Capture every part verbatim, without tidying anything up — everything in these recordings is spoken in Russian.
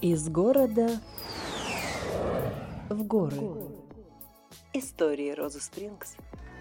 Из города в горы. Истории Розы Спрингс.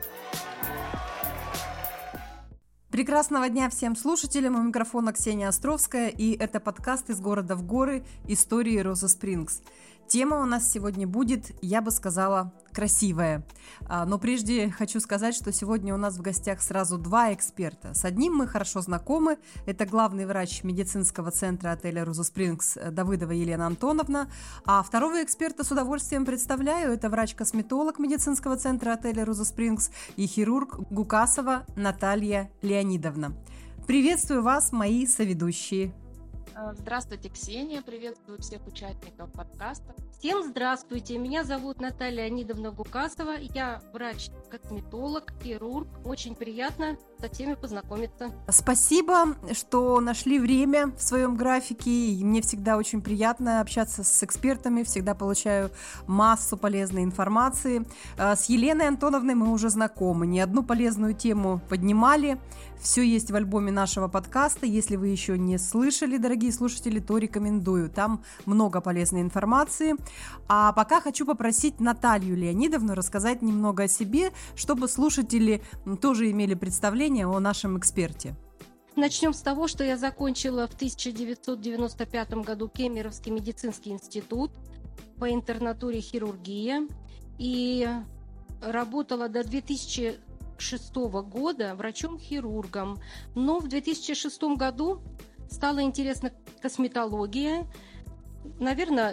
Прекрасного дня всем слушателям. У микрофона Ксения Островская, и это подкаст «Из города в горы. Истории Розы Спрингс». Тема у нас сегодня будет, я бы сказала, красивая. Но прежде хочу сказать, что сегодня у нас в гостях сразу два эксперта. С одним мы хорошо знакомы. Это главный врач медицинского центра отеля «Роза Спрингс» Давыдова Елена Антоновна. А второго эксперта с удовольствием представляю. Это врач-косметолог медицинского центра отеля «Роза Спрингс» и хирург Гукасова Наталья Леонидовна. Приветствую вас, мои соведущие. Здравствуйте, Ксения, приветствую всех участников подкаста. Всем здравствуйте, меня зовут Наталья Леонидовна Гукасова, я врач-косметолог, хирург. Очень приятно со всеми познакомиться. Спасибо, что нашли время в своем графике, и мне всегда очень приятно общаться с экспертами, всегда получаю массу полезной информации. С Еленой Антоновной мы уже знакомы, не одну полезную тему поднимали. Все есть в альбоме нашего подкаста. Если вы еще не слышали, дорогие слушатели, то рекомендую. Там много полезной информации. А пока хочу попросить Наталью Леонидовну рассказать немного о себе, чтобы слушатели тоже имели представление о нашем эксперте. Начнем с того, что я закончила в тысяча девятьсот девяносто пятом году Кемеровский медицинский институт по интернатуре хирургия и работала до две тысячи шестого года врачом-хирургом. Но в две тысячи шестом году стала интересна косметология. Наверное,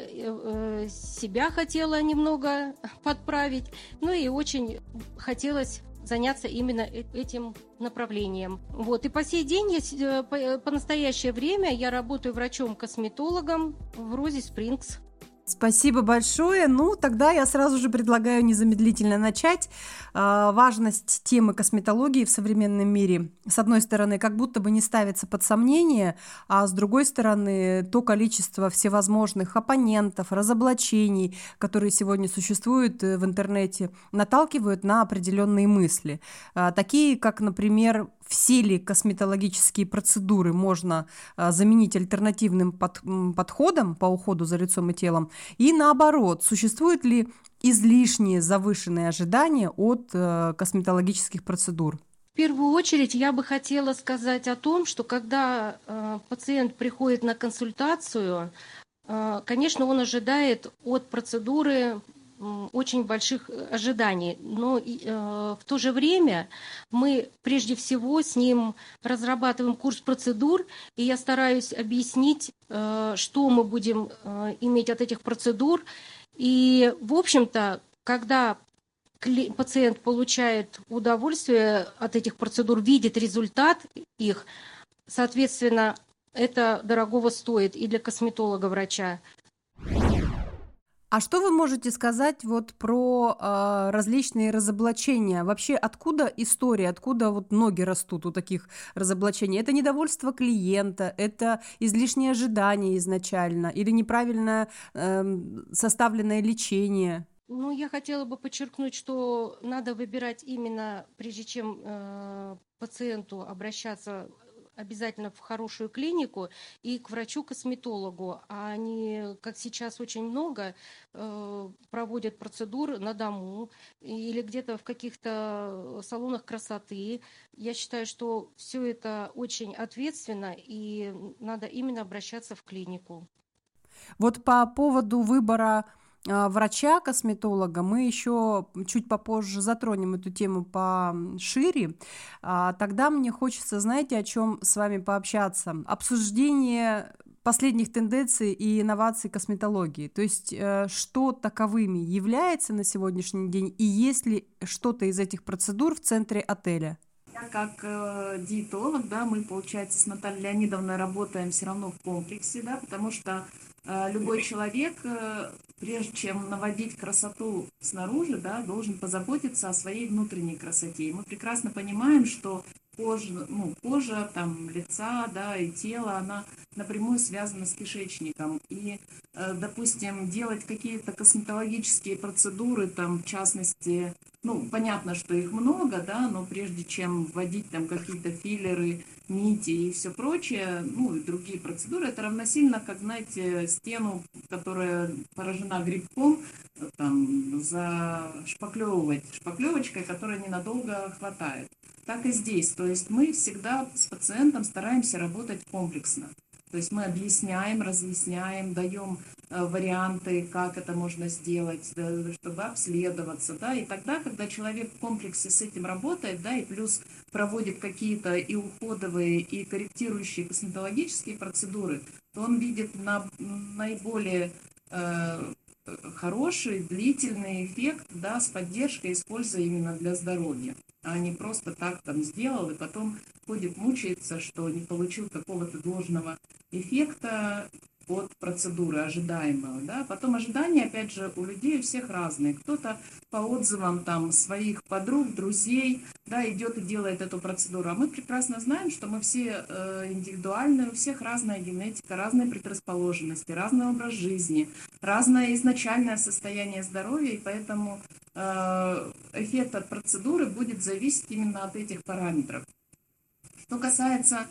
себя хотела немного подправить, ну и очень хотелось заняться именно этим направлением. Вот. И по сей день, я, по, по настоящее время, я работаю врачом-косметологом в Розе Спрингс. Спасибо большое. Ну, тогда я сразу же предлагаю незамедлительно начать. Э, важность темы косметологии в современном мире, с одной стороны, как будто бы не ставится под сомнение, а с другой стороны, то количество всевозможных оппонентов, разоблачений, которые сегодня существуют в интернете, наталкивают на определенные мысли. Э, такие, как, например, все ли косметологические процедуры можно а, заменить альтернативным под, м, подходом по уходу за лицом и телом? И наоборот, существуют ли излишние завышенные ожидания от э, косметологических процедур? В первую очередь я бы хотела сказать о том, что когда э, пациент приходит на консультацию, э, конечно, он ожидает от процедуры очень больших ожиданий, но э, в то же время мы прежде всего с ним разрабатываем курс процедур, и я стараюсь объяснить, э, что мы будем э, иметь от этих процедур. И, в общем-то, когда кли- пациент получает удовольствие от этих процедур, видит результат их, соответственно, это дорогого стоит и для косметолога-врача. А что вы можете сказать вот про э, различные разоблачения? Вообще, откуда история, откуда вот ноги растут у таких разоблачений? Это недовольство клиента, это излишние ожидания изначально или неправильно э, составленное лечение? Ну, я хотела бы подчеркнуть, что надо выбирать именно, прежде чем э, пациенту обращаться обязательно в хорошую клинику и к врачу-косметологу, а они, как сейчас очень много, э, проводят процедур на дому или где-то в каких-то салонах красоты. Я считаю, что все это очень ответственно и надо именно обращаться в клинику. Вот по поводу выбора врача-косметолога мы еще чуть попозже затронем эту тему пошире. А, тогда мне хочется, знаете, о чем с вами пообщаться? Обсуждение последних тенденций и инноваций косметологии. То есть, э, что таковыми является на сегодняшний день, и есть ли что-то из этих процедур в центре отеля? Я как э, диетолог, да, мы, получается, с Натальей Леонидовной работаем все равно в комплексе, да, потому что э, любой человек, э, прежде чем наводить красоту снаружи, да, должен позаботиться о своей внутренней красоте. И мы прекрасно понимаем, что кожа, ну, кожа там, лица, да, и тело, она напрямую связана с кишечником. И э, допустим, делать какие-то косметологические процедуры, там, в частности, ну, понятно, что их много, да, но прежде чем вводить там какие-то филлеры, нити и все прочее, ну, и другие процедуры, это равносильно, как, знаете, стену, которая поражена грибком, там, зашпаклевывать шпаклевочкой, которая ненадолго хватает. Так и здесь. То есть мы всегда с пациентом стараемся работать комплексно. То есть мы объясняем, разъясняем, даем э, варианты, как это можно сделать, да, чтобы обследоваться. Да, и тогда, когда человек в комплексе с этим работает, да, и плюс проводит какие-то и уходовые, и корректирующие косметологические процедуры, то он видит на, наиболее э, хороший, длительный эффект, да, с поддержкой, используя именно для здоровья, а не просто так там сделал и потом ходит, мучается, что не получил какого-то должного эффекта от процедуры ожидаемого, да. Потом ожидания, опять же, у людей у всех разные. Кто-то по отзывам там своих подруг, друзей, да, идет и делает эту процедуру. А мы прекрасно знаем, что мы все э, индивидуальны, у всех разная генетика, разные предрасположенности, разный образ жизни, разное изначальное состояние здоровья, и поэтому э, эффект от процедуры будет зависеть именно от этих параметров. Что касается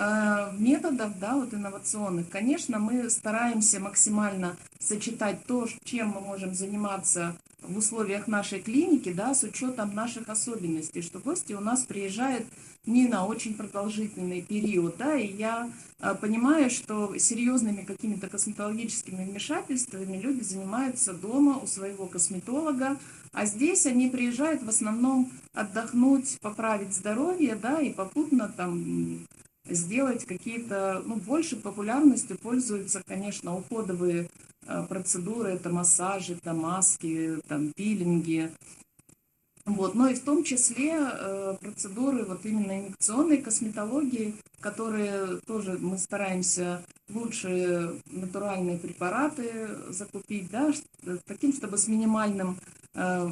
э, методов, да, вот инновационных, конечно, мы стараемся максимально сочетать то, чем мы можем заниматься в условиях нашей клиники, да, с учетом наших особенностей, что гости у нас приезжают не на очень продолжительный период, да, и я э, понимаю, что серьезными какими-то косметологическими вмешательствами люди занимаются дома у своего косметолога, а здесь они приезжают в основном отдохнуть, поправить здоровье, да, и попутно там сделать какие-то, ну, больше популярностью пользуются, конечно, уходовые э, процедуры, это массажи, это маски, там, пилинги. Вот, но и в том числе э, процедуры вот именно инъекционной косметологии, которые тоже мы стараемся лучшие натуральные препараты закупить, да, таким, чтобы с минимальным, э,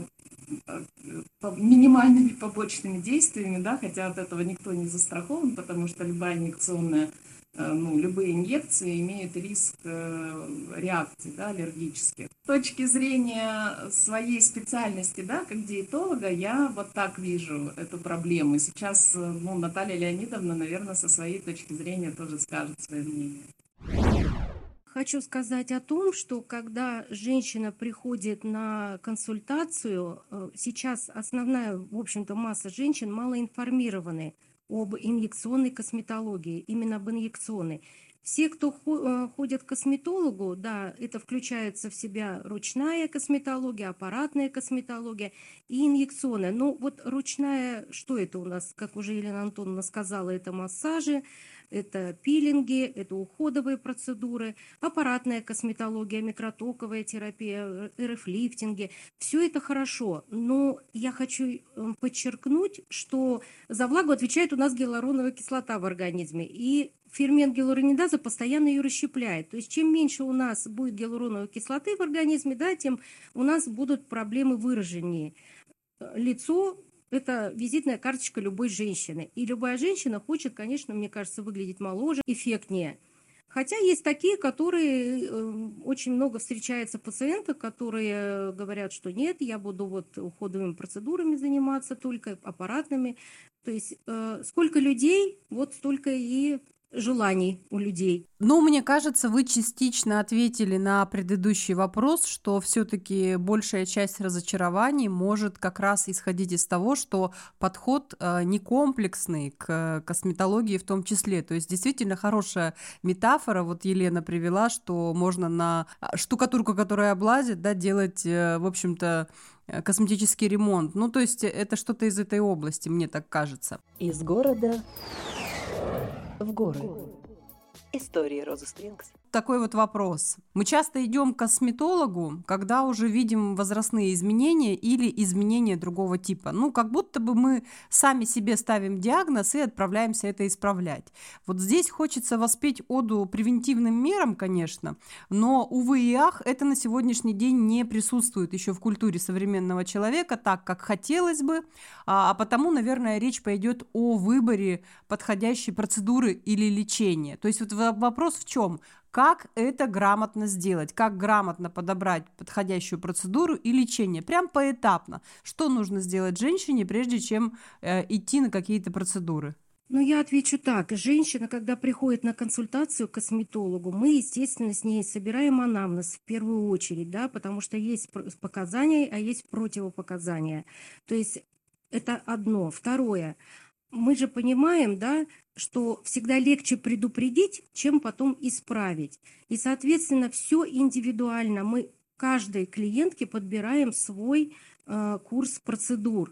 минимальными побочными действиями, да, хотя от этого никто не застрахован, потому что любая инъекционная, ну, любые инъекции имеют риск э, реакций, да, аллергических. С точки зрения своей специальности, да, как диетолога, я вот так вижу эту проблему. Сейчас, ну, Наталья Леонидовна, наверное, со своей точки зрения тоже скажет свое мнение. Хочу сказать о том, что когда женщина приходит на консультацию, сейчас основная, в общем-то, масса женщин малоинформированы об инъекционной косметологии, именно об инъекционной. Все, кто ходят к косметологу, да, это включается в себя ручная косметология, аппаратная косметология и инъекционная. Но вот ручная, что это у нас, как уже Елена Антоновна сказала, это массажи, это пилинги, это уходовые процедуры, аппаратная косметология, микротоковая терапия, эр эф-лифтинги. Все это хорошо, но я хочу подчеркнуть, что за влагу отвечает у нас гиалуроновая кислота в организме, и фермент гиалуронидаза постоянно ее расщепляет. То есть чем меньше у нас будет гиалуроновой кислоты в организме, да, тем у нас будут проблемы выраженнее. Лицо – это визитная карточка любой женщины. И любая женщина хочет, конечно, мне кажется, выглядеть моложе, эффектнее. Хотя есть такие, которые, очень много встречается пациентов, которые говорят, что нет, я буду вот уходовыми процедурами заниматься, только аппаратными. То есть сколько людей, вот столько и желаний у людей. Ну, мне кажется, вы частично ответили на предыдущий вопрос, что все-таки большая часть разочарований может как раз исходить из того, что подход э, не комплексный к косметологии в том числе. То есть действительно хорошая метафора, вот Елена привела, что можно на штукатурку, которая облазит, да, делать, э, в общем-то, косметический ремонт. Ну, то есть это что-то из этой области, мне так кажется. Из города в горы. Истории Розы Спрингс. Такой вот вопрос. Мы часто идем к косметологу, когда уже видим возрастные изменения или изменения другого типа. Ну, как будто бы мы сами себе ставим диагноз и отправляемся это исправлять. Вот здесь хочется воспеть оду превентивным мерам, конечно, но, увы и ах, это на сегодняшний день не присутствует еще в культуре современного человека так, как хотелось бы, а, а потому, наверное, речь пойдет о выборе подходящей процедуры или лечения. То есть вот вопрос в чем? как это грамотно сделать, как грамотно подобрать подходящую процедуру и лечение, прям поэтапно. Что нужно сделать женщине, прежде чем э, идти на какие-то процедуры? Ну, я отвечу так. Женщина, когда приходит на консультацию к косметологу, мы, естественно, с ней собираем анамнез в первую очередь, да, потому что есть пр- показания, а есть противопоказания. То есть это одно. Второе. Мы же понимаем, да, что всегда легче предупредить, чем потом исправить. И, соответственно, все индивидуально. Мы каждой клиентке подбираем свой э, курс процедур.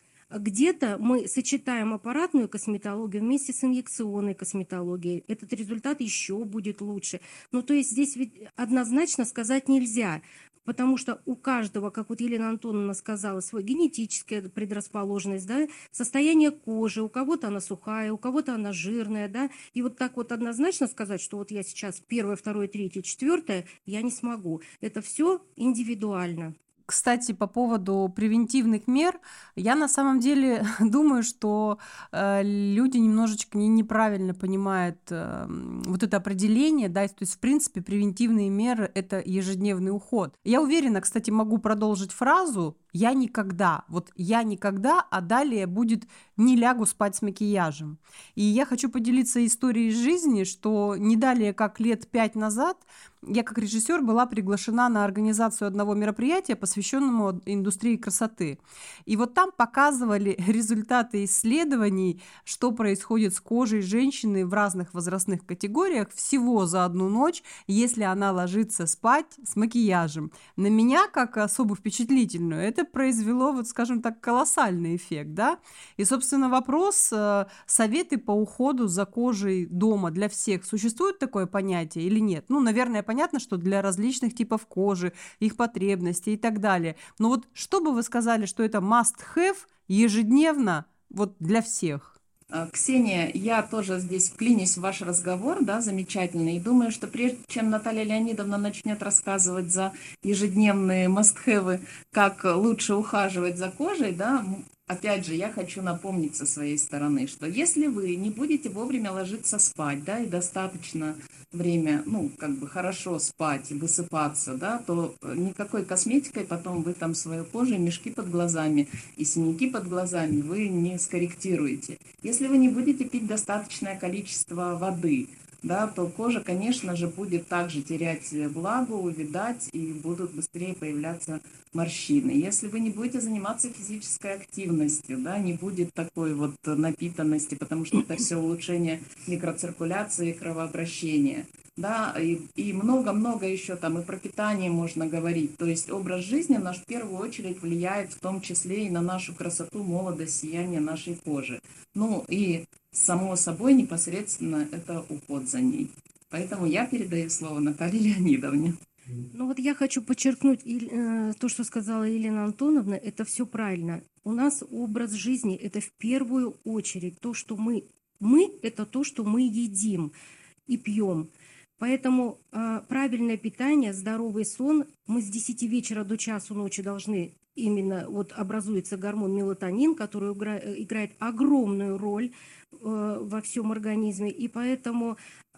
Где-то мы сочетаем аппаратную косметологию вместе с инъекционной косметологией. Этот результат еще будет лучше. Ну, то есть здесь ведь однозначно сказать нельзя, потому что у каждого, как вот Елена Антоновна сказала, свой генетическая предрасположенность, да, состояние кожи, у кого-то она сухая, у кого-то она жирная, да, и вот так вот однозначно сказать, что вот я сейчас первое, второе, третье, четвертое, я не смогу. Это все индивидуально. Кстати, по поводу превентивных мер, я на самом деле думаю, что э, люди немножечко не- неправильно понимают э, м, вот это определение, да, то есть, в принципе, превентивные меры– это ежедневный уход. Я уверена, кстати, могу продолжить фразу «я никогда», вот «я никогда», а далее будет «не лягу спать с макияжем». И я хочу поделиться историей из жизни, что не далее, как лет пять назад, я как режиссер была приглашена на организацию одного мероприятия, посвященному индустрии красоты. И вот там показывали результаты исследований, что происходит с кожей женщины в разных возрастных категориях всего за одну ночь, если она ложится спать с макияжем. На меня, как особо впечатлительную, это произвело, вот скажем так, колоссальный эффект, да. И, собственно, вопрос, э, советы по уходу за кожей дома для всех, существует такое понятие или нет? Ну, наверное, понятно, что для различных типов кожи, их потребностей и так далее. Но вот что бы вы сказали, что это must-have ежедневно вот для всех? А, Ксения, я тоже здесь вклинюсь в ваш разговор, да, замечательный, и думаю, что прежде чем Наталья Леонидовна начнет рассказывать за ежедневные must-have, как лучше ухаживать за кожей, да, м, опять же, я хочу напомнить со своей стороны, что если вы не будете вовремя ложиться спать, да, и достаточно время, ну, как бы хорошо спать и высыпаться, да, то э, никакой косметикой потом вы там свою кожу, и мешки под глазами и синяки под глазами вы не скорректируете. Если вы не будете пить достаточное количество воды, да, то кожа, конечно же, будет также терять э, влагу, увядать и будут быстрее появляться морщины. Если вы не будете заниматься физической активностью, да, не будет такой вот э, напитанности, потому что это все улучшение микроциркуляции и кровообращения. Да, и и много-много еще там и про питание можно говорить. То есть образ жизни наш в первую очередь влияет в том числе и на нашу красоту, молодость, сияние нашей кожи. Ну и само собой непосредственно это уход за ней. Поэтому я передаю слово Наталье Леонидовне. Ну вот я хочу подчеркнуть и, э, то, что сказала Елена Антоновна, это все правильно. У нас образ жизни– это в первую очередь то, что мы, мы– это то, что мы едим и пьем. Поэтому э, правильное питание, здоровый сон, мы с десяти вечера до часу ночи должны именно, вот образуется гормон мелатонин, который игра- играет огромную роль э, во всем организме, и поэтому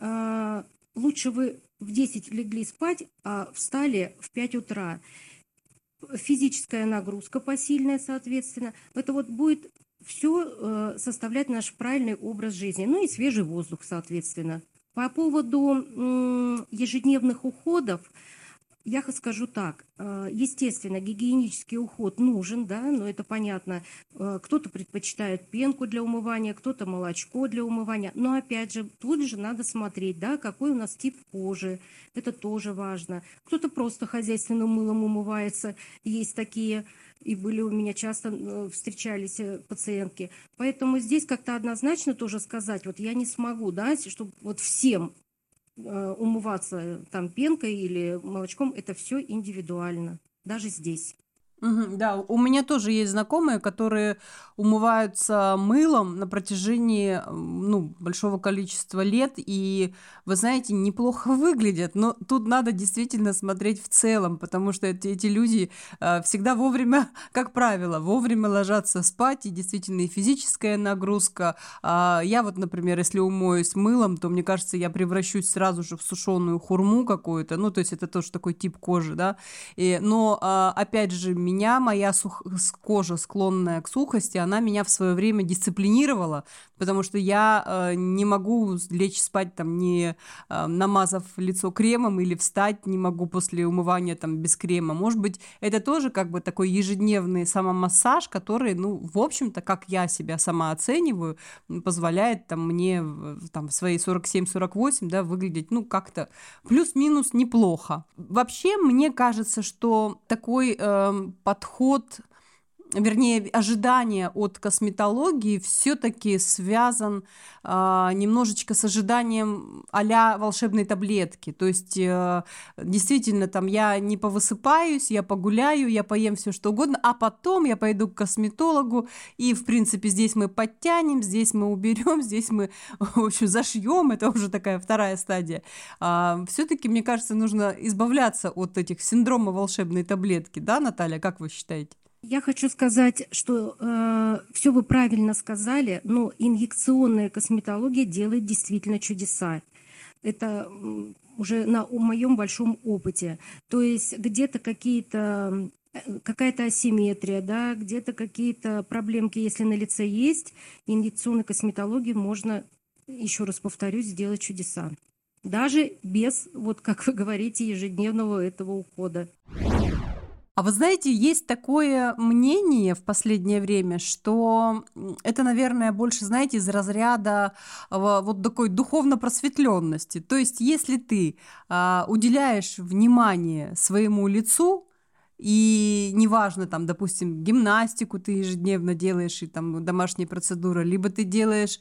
э, лучше вы в десять легли спать, а встали в пять утра. Физическая нагрузка посильная, соответственно. Это вот будет все составлять наш правильный образ жизни. Ну и свежий воздух, соответственно. По поводу м, ежедневных уходов, я х- скажу так. э, Естественно, гигиенический уход нужен, да, но это понятно. Э, Кто-то предпочитает пенку для умывания, кто-то молочко для умывания. Но опять же, тут же надо смотреть, да, какой у нас тип кожи. Это тоже важно. Кто-то просто хозяйственным мылом умывается. Есть такие, и были у меня часто э, встречались э, пациентки. Поэтому здесь как-то однозначно тоже сказать, вот я не смогу, да, чтобы вот всем э, умываться там пенкой или молочком, это все индивидуально, даже здесь. Мгм, да, у меня тоже есть знакомые, которые умываются мылом на протяжении, м, ну, большого количества лет, и, вы знаете, неплохо выглядят. Но тут надо действительно смотреть в целом, потому что эти, эти люди э, всегда вовремя, как правило, вовремя ложатся спать, и действительно и физическая нагрузка. А я вот, например, если умоюсь мылом, то, мне кажется, я превращусь сразу же в сушеную хурму какую-то, ну, то есть это тоже такой тип кожи, да. И, но, а, опять же, меня, моя сух- с- кожа, склонная к сухости, она меня в свое время дисциплинировала, потому что я э, не могу лечь спать, там, не э, намазав лицо кремом, или встать не могу после умывания там, без крема. Может быть, это тоже как бы такой ежедневный самомассаж, который, ну, в общем-то, как я себя сама оцениваю, м, позволяет там, мне в, в- там, в свои сорок семь сорок восемь, да, выглядеть, ну, как-то плюс-минус неплохо. Вообще, мне кажется, что такой эм, подход, вернее, ожидание от косметологии все-таки связан а, немножечко с ожиданием а-ля волшебной таблетки. То есть, э, действительно, там я не повысыпаюсь, я погуляю, я поем все что угодно, а потом я пойду к косметологу, и, в принципе, здесь мы подтянем, здесь мы уберем, здесь мы, в общем, зашьем. Это уже такая вторая стадия. Все-таки, мне кажется, нужно избавляться от этих синдрома волшебной таблетки. Да, Наталья, как вы считаете? Я хочу сказать, что э, все вы правильно сказали, но инъекционная косметология делает действительно чудеса. Это м, уже на о- моем большом опыте. То есть где-то какие-то э, какая-то асимметрия, да, где-то какие-то проблемки, если на лице есть, инъекционной косметологией можно, еще раз повторюсь, сделать чудеса. Даже без, вот как вы говорите, ежедневного этого ухода. А вы знаете, есть такое мнение в последнее время, что м, это, наверное, больше, знаете, из разряда а, вот такой духовно просветленности. То есть, если ты а, уделяешь внимание своему лицу, и неважно, там, допустим, гимнастику ты ежедневно делаешь, и там домашние процедуры, либо ты делаешь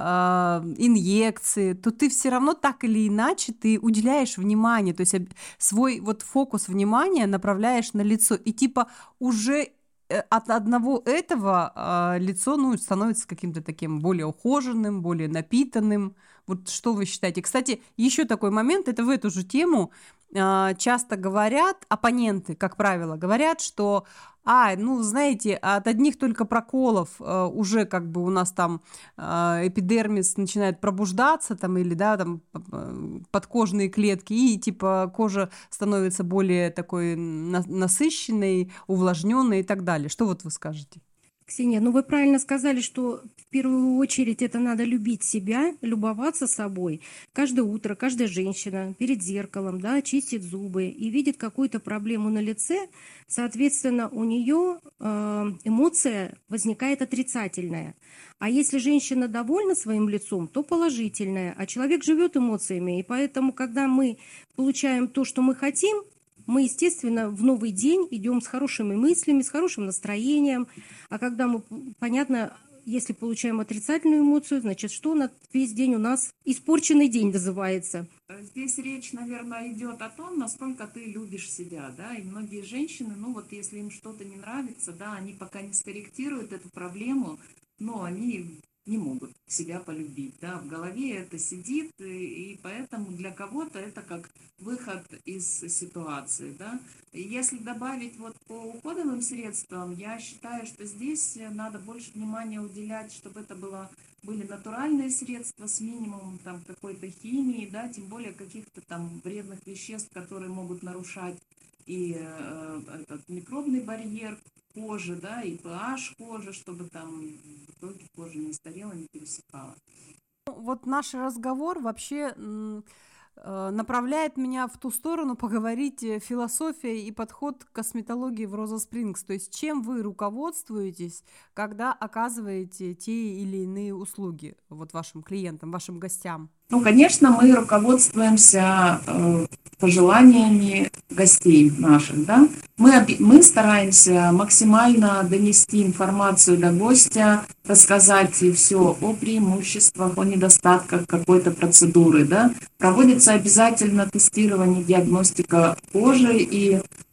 а, инъекции, то ты все равно так или иначе ты уделяешь внимание, то есть об- свой вот фокус внимания направляешь на лицо, и типа уже э, от одного этого а, лицо, ну, становится каким-то таким более ухоженным, более напитанным. Вот что вы считаете? Кстати, еще такой момент, это в эту же тему а, часто говорят, оппоненты, как правило, говорят, что, а, ну, знаете, от одних только проколов э, уже как бы у нас там а, эпидермис начинает пробуждаться, там, или, да, там, п- п- подкожные клетки, и, типа, кожа становится более такой на- насыщенной, увлажненной и так далее. Что вот вы скажете? Ксения, ну вы правильно сказали, что в первую очередь это надо любить себя, любоваться собой. Каждое утро, каждая женщина перед зеркалом, да, чистит зубы и видит какую-то проблему на лице, соответственно, у нее э, эмоция возникает отрицательная. А если женщина довольна своим лицом, то положительная, а человек живет эмоциями, и поэтому, когда мы получаем то, что мы хотим, мы, естественно, в новый день идем с хорошими мыслями, с хорошим настроением. А когда мы, понятно, если получаем отрицательную эмоцию, значит, что на весь день у нас испорченный день называется. Здесь речь, наверное, идет о том, насколько ты любишь себя, да, и многие женщины, ну вот если им что-то не нравится, да, они пока не скорректируют эту проблему, но они не могут себя полюбить, да, в голове это сидит, и, и поэтому для кого-то это как выход из ситуации, да. И если добавить вот по уходовым средствам, я считаю, что здесь надо больше внимания уделять, чтобы это было были натуральные средства с минимумом там какой-то химии, да, тем более каких-то там вредных веществ, которые могут нарушать и э, этот микробный барьер кожи, да, и pH кожи, чтобы там в итоге кожа не старела, не пересыхала. Ну, вот наш разговор вообще м, э, направляет меня в ту сторону поговорить э, философия и подход к косметологии в Роза Спрингс. То есть чем вы руководствуетесь, когда оказываете те или иные услуги вот вашим клиентам, вашим гостям? Ну, конечно, мы руководствуемся э, пожеланиями гостей наших, да. Мы, оби- мы стараемся максимально донести информацию до гостя, рассказать все о преимуществах, о недостатках какой-то процедуры, да. Проводится обязательно тестирование, диагностика кожи, и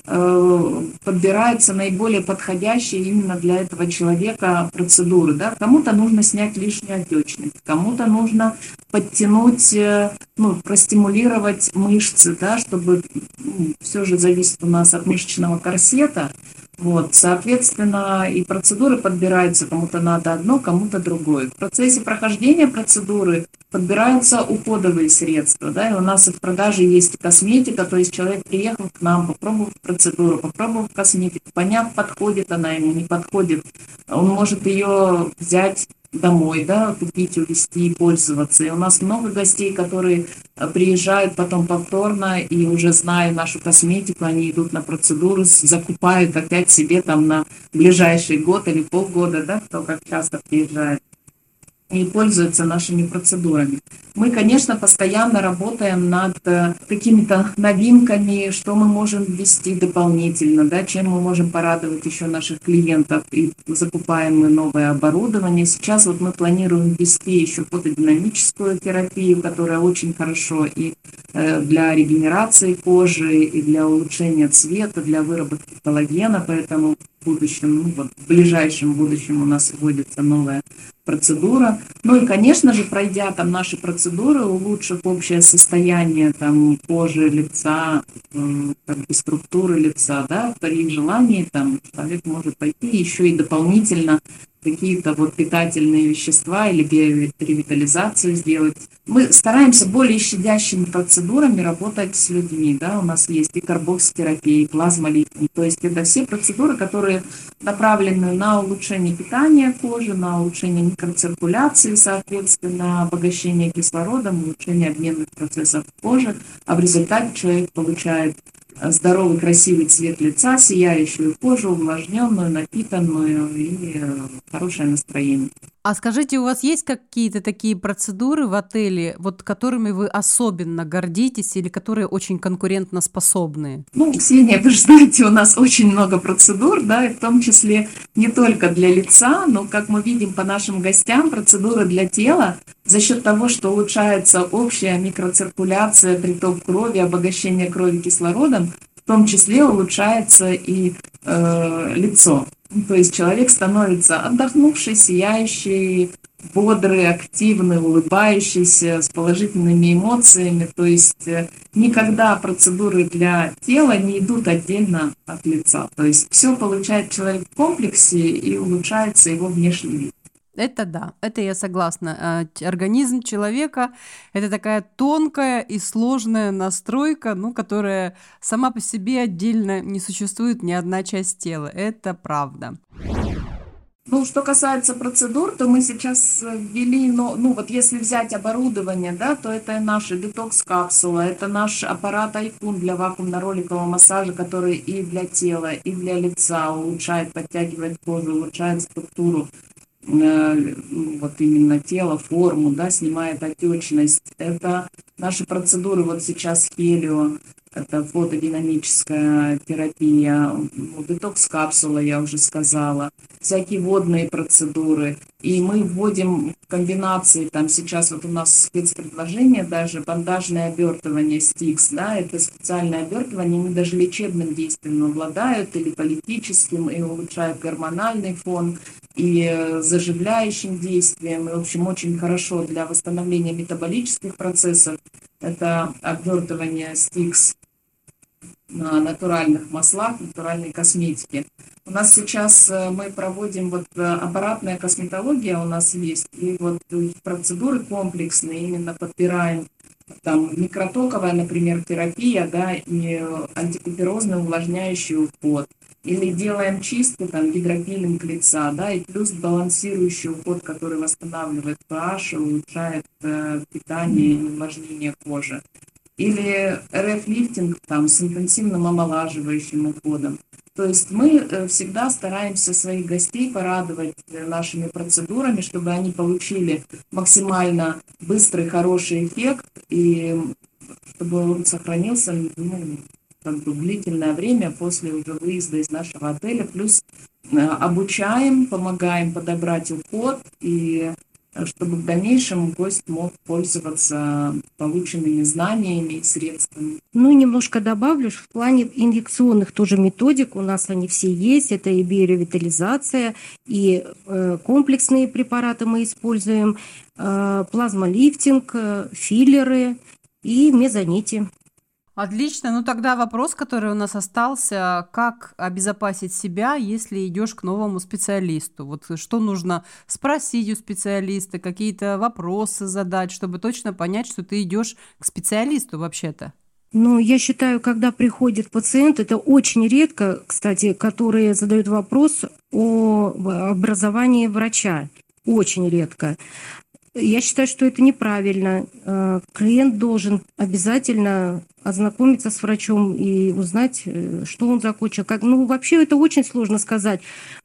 э, подбираются наиболее подходящие именно для этого человека процедуры. Да? Кому-то нужно снять лишнюю отечность, кому-то нужно подтянуть, э, ну, простимулировать мышцы, да, чтобы ну, все же зависит у нас от мышечного корсета. Вот, соответственно, и процедуры подбираются, кому-то надо одно, кому-то другое. В процессе прохождения процедуры подбираются уходовые средства, да, и у нас и в продаже есть косметика, то есть человек приехал к нам, попробовав процедуру, попробовав косметику, поняв, подходит она ему, не подходит, он может ее взять домой, да, купить, увезти и пользоваться. И у нас много гостей, которые приезжают потом повторно и уже зная нашу косметику, они идут на процедуру, закупают опять себе там на ближайший год или полгода, да, кто как часто приезжает, и пользуются нашими процедурами. Мы, конечно, постоянно работаем над какими-то новинками, что мы можем ввести дополнительно, да, чем мы можем порадовать еще наших клиентов, и закупаем мы новое оборудование. Сейчас вот мы планируем ввести еще фотодинамическую терапию, которая очень хорошо и для регенерации кожи, и для улучшения цвета, для выработки коллагена, поэтому в будущем, ну, вот, в ближайшем будущем у нас вводится новая процедура. Ну и, конечно же, пройдя там наши процедуры, улучшив общее состояние там кожи, лица, э, как бы структуры лица, да, при желании там человек может пойти еще и дополнительно какие-то вот питательные вещества или биоревитализацию сделать. Мы стараемся более щадящими процедурами работать с людьми, да, у нас есть и карбокситерапия, и плазмолифтинг, то есть это все процедуры, которые направлены на улучшение питания кожи, на улучшение микроциркуляции, соответственно, обогащение кислородом, улучшение обменных процессов кожи, а в результате человек получает здоровый, красивый цвет лица, сияющую кожу, увлажненную, напитанную и хорошее настроение. А скажите, у вас есть какие-то такие процедуры в отеле, вот которыми вы особенно гордитесь или которые очень конкурентоспособные? Ну, Ксения, вы же знаете, у нас очень много процедур, да, и в том числе не только для лица, но, как мы видим по нашим гостям, процедуры для тела за счет того, что улучшается общая микроциркуляция, приток крови, обогащение крови кислородом, в том числе улучшается и э, лицо. То есть человек становится отдохнувший, сияющий, бодрый, активный, улыбающийся, с положительными эмоциями. То есть никогда процедуры для тела не идут отдельно от лица. То есть все получает человек в комплексе и улучшается его внешний вид. Это да, это я согласна. Организм человека – это такая тонкая и сложная настройка, ну, которая сама по себе отдельно не существует ни одна часть тела. Это правда. Ну, что касается процедур, то мы сейчас ввели, ну, ну вот если взять оборудование, да, то это наши детокс-капсула, это наш аппарат Айкун для вакуумно-роликового массажа, который и для тела, и для лица улучшает, подтягивает кожу, улучшает структуру. Вот именно тело, форму, да, снимает отечность. Это наши процедуры, вот сейчас хелио, это фотодинамическая терапия, детокс-капсула, я уже сказала, всякие водные процедуры. И мы вводим в комбинации, там сейчас вот у нас спецпредложение даже, бандажное обертывание стикс, да, это специальное обертывание, они даже лечебным действием обладают, или политическим, и улучшают гормональный фон, и заживляющим действием, и, в общем, очень хорошо для восстановления метаболических процессов. Это обертывание стикс на натуральных маслах, натуральной косметике. У нас сейчас мы проводим вот аппаратная косметология у нас есть, и вот процедуры комплексные, именно подбираем там микротоковая, например, терапия, да, и антикуперозный увлажняющий уход. Или делаем чистку, там, гидропилинг лица, да, и плюс балансирующий уход, который восстанавливает pH, улучшает э, питание и увлажнение кожи. Или эр эф-лифтинг, там, с интенсивным омолаживающим уходом. То есть мы э, всегда стараемся своих гостей порадовать нашими процедурами, чтобы они получили максимально быстрый, хороший эффект, и чтобы он сохранился, ну, как бы длительное время после уже выезда из нашего отеля. Плюс э, обучаем, помогаем подобрать уход и чтобы в дальнейшем гость мог пользоваться полученными знаниями и средствами. Ну, немножко добавлю, в плане инъекционных тоже методик у нас они все есть. Это и биоревитализация, и э, комплексные препараты мы используем, э, плазмолифтинг, э, филлеры и мезонити. Отлично. Ну тогда вопрос, который у нас остался, как обезопасить себя, если идешь к новому специалисту? Вот что нужно спросить у специалиста, какие-то вопросы задать, чтобы точно понять, что ты идешь к специалисту вообще-то? Ну, я считаю, когда приходит пациент, это очень редко, кстати, которые задают вопрос о образовании врача. Очень редко. Я считаю, что это неправильно. Э, Клиент должен обязательно ознакомиться с врачом и узнать, э, что он закончил. Как, ну, вообще это очень сложно сказать.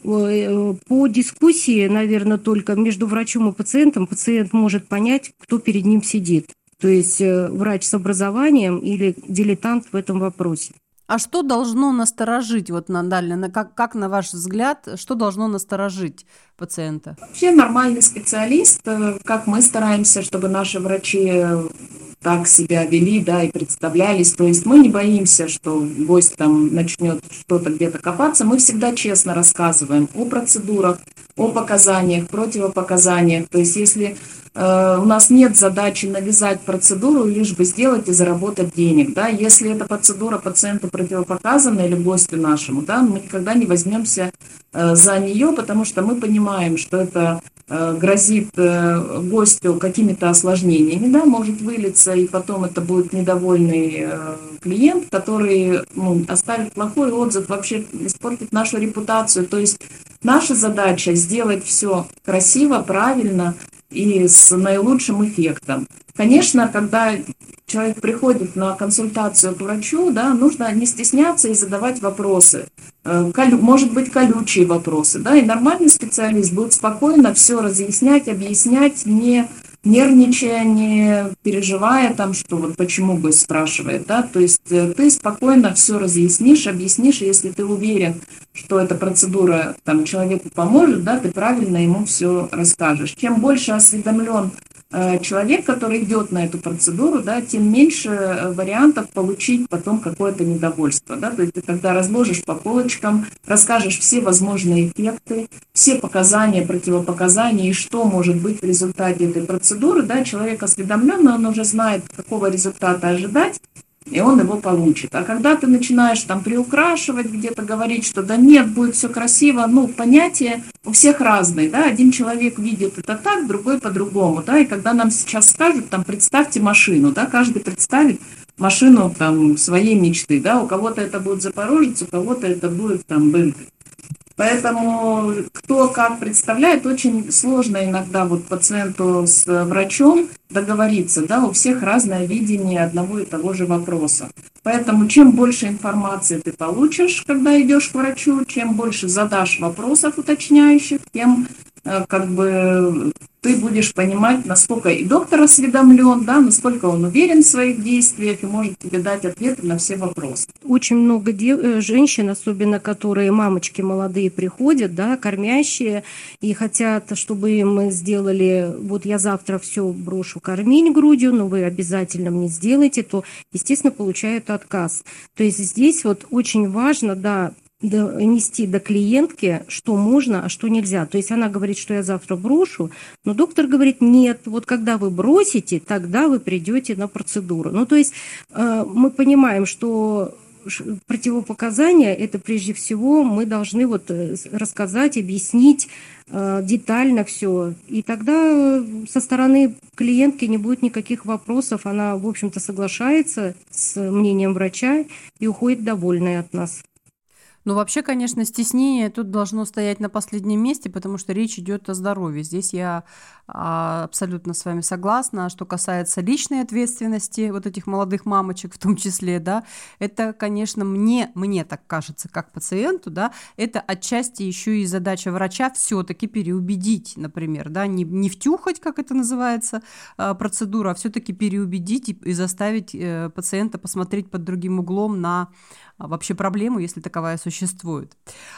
Э, По дискуссии, наверное, только между врачом и пациентом пациент может понять, кто перед ним сидит. То есть э, врач с образованием или дилетант в этом вопросе. А что должно насторожить, вот, Наталья, на- как, как на ваш взгляд, что должно насторожить пациента? Вообще нормальный специалист, э, как мы стараемся, чтобы наши врачи э, так себя вели, да, и представлялись. То есть мы не боимся, что гость там начнет что-то где-то копаться. Мы всегда честно рассказываем о процедурах, о показаниях, противопоказаниях. То есть если э, у нас нет задачи навязать процедуру, лишь бы сделать и заработать денег, да, если эта процедура пациенту противопоказана или гостю нашему, да, мы никогда не возьмемся э, за нее, потому что мы понимаем, что это э, грозит э, гостю какими-то осложнениями, да, может вылиться, и потом это будет недовольный э, клиент, который, ну, оставит плохой отзыв, вообще испортит нашу репутацию. То есть наша задача сделать все красиво, правильно и с наилучшим эффектом. Конечно, когда человек приходит на консультацию к врачу, да, нужно не стесняться и задавать вопросы. Э, колю- может быть, колючие вопросы, да, и нормальный специалист будет спокойно все разъяснять, объяснять, не нервничая, не переживая там, что вот почему гость спрашивает, да, то есть э, ты спокойно все разъяснишь, объяснишь, и если ты уверен, что эта процедура там человеку поможет, да, ты правильно ему все расскажешь. Чем больше осведомлен э, человек, который идет на эту процедуру, да, тем меньше э, вариантов получить потом какое-то недовольство, да, то есть ты когда разложишь по полочкам, расскажешь все возможные эффекты, все показания, противопоказания и что может быть в результате этой процедуры, да, человек осведомлен, он уже знает, какого результата ожидать, и он его получит. А когда ты начинаешь там приукрашивать, где-то говорить, что да нет, будет все красиво, ну, понятия у всех разные, да, один человек видит это так, другой по-другому, да, и когда нам сейчас скажут, там, представьте машину, да, каждый представит машину там своей мечты, да, у кого-то это будет Запорожец, у кого-то это будет там Бэм. Поэтому кто как представляет, очень сложно иногда вот пациенту с врачом договориться, да, у всех разное видение одного и того же вопроса. Поэтому чем больше информации ты получишь, когда идешь к врачу, чем больше задашь вопросов уточняющих, тем э, как бы ты будешь понимать, насколько и доктор осведомлен, да, насколько он уверен в своих действиях и может тебе дать ответы на все вопросы. Очень много дев- э, женщин, особенно которые мамочки молодые приходят, да, кормящие, и хотят, чтобы им сделали, вот я завтра все брошу кормить грудью, но вы обязательно мне сделаете, то, естественно, получают отказ. То есть здесь вот очень важно, да, донести до клиентки, что можно, а что нельзя. То есть она говорит, что я завтра брошу, но доктор говорит, нет, вот когда вы бросите, тогда вы придете на процедуру. Ну, то есть э, мы понимаем, что противопоказания, это прежде всего мы должны вот рассказать, объяснить э, детально все. И тогда со стороны клиентки не будет никаких вопросов. Она, в общем-то, соглашается с мнением врача и уходит довольная от нас. Ну, вообще, конечно, стеснение тут должно стоять на последнем месте, потому что речь идет о здоровье. Здесь я а, абсолютно с вами согласна. Что касается личной ответственности вот этих молодых мамочек в том числе, да, это, конечно, мне, мне так кажется, как пациенту, да, это отчасти еще и задача врача все-таки переубедить, например, да, не, не втюхать, как это называется, процедуру, а все-таки переубедить и, и заставить э, пациента посмотреть под другим углом на вообще проблему, если таковая существует.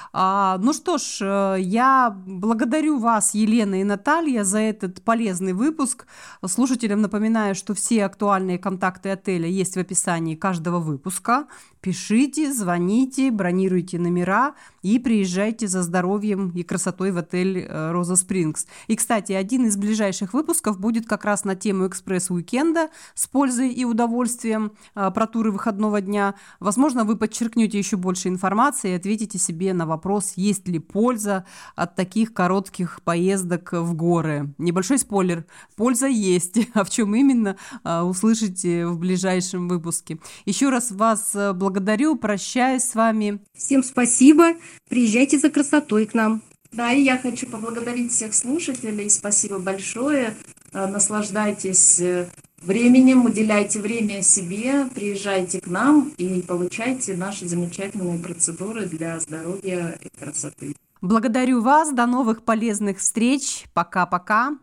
А, ну что ж, э, я благодарю вас, Елена и Наталья, за этот полезный выпуск. Слушателям напоминаю, что все актуальные контакты отеля есть в описании каждого выпуска. Пишите, звоните, бронируйте номера и приезжайте за здоровьем и красотой в отель э, Роза Спрингс. И, кстати, один из ближайших выпусков будет как раз на тему экспресс-уикенда с пользой и удовольствием э, про туры выходного дня. Возможно, вы подчеркнете еще больше информации и ответите себе на вопрос, есть ли польза от таких коротких поездок в горы. Небольшой спойлер. Польза есть. А в чем именно, э, услышите в ближайшем выпуске. Еще раз вас благодарю. Благодарю, прощаюсь с вами. Всем спасибо. Приезжайте за красотой к нам. Да, и я хочу поблагодарить всех слушателей. Спасибо большое. Наслаждайтесь временем, уделяйте время себе, приезжайте к нам и получайте наши замечательные процедуры для здоровья и красоты. Благодарю вас. До новых полезных встреч. Пока-пока.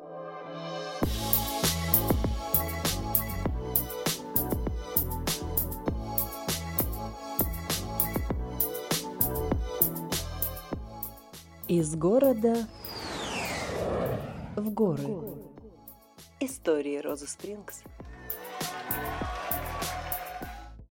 Из города в горы. Истории Розы Спрингс.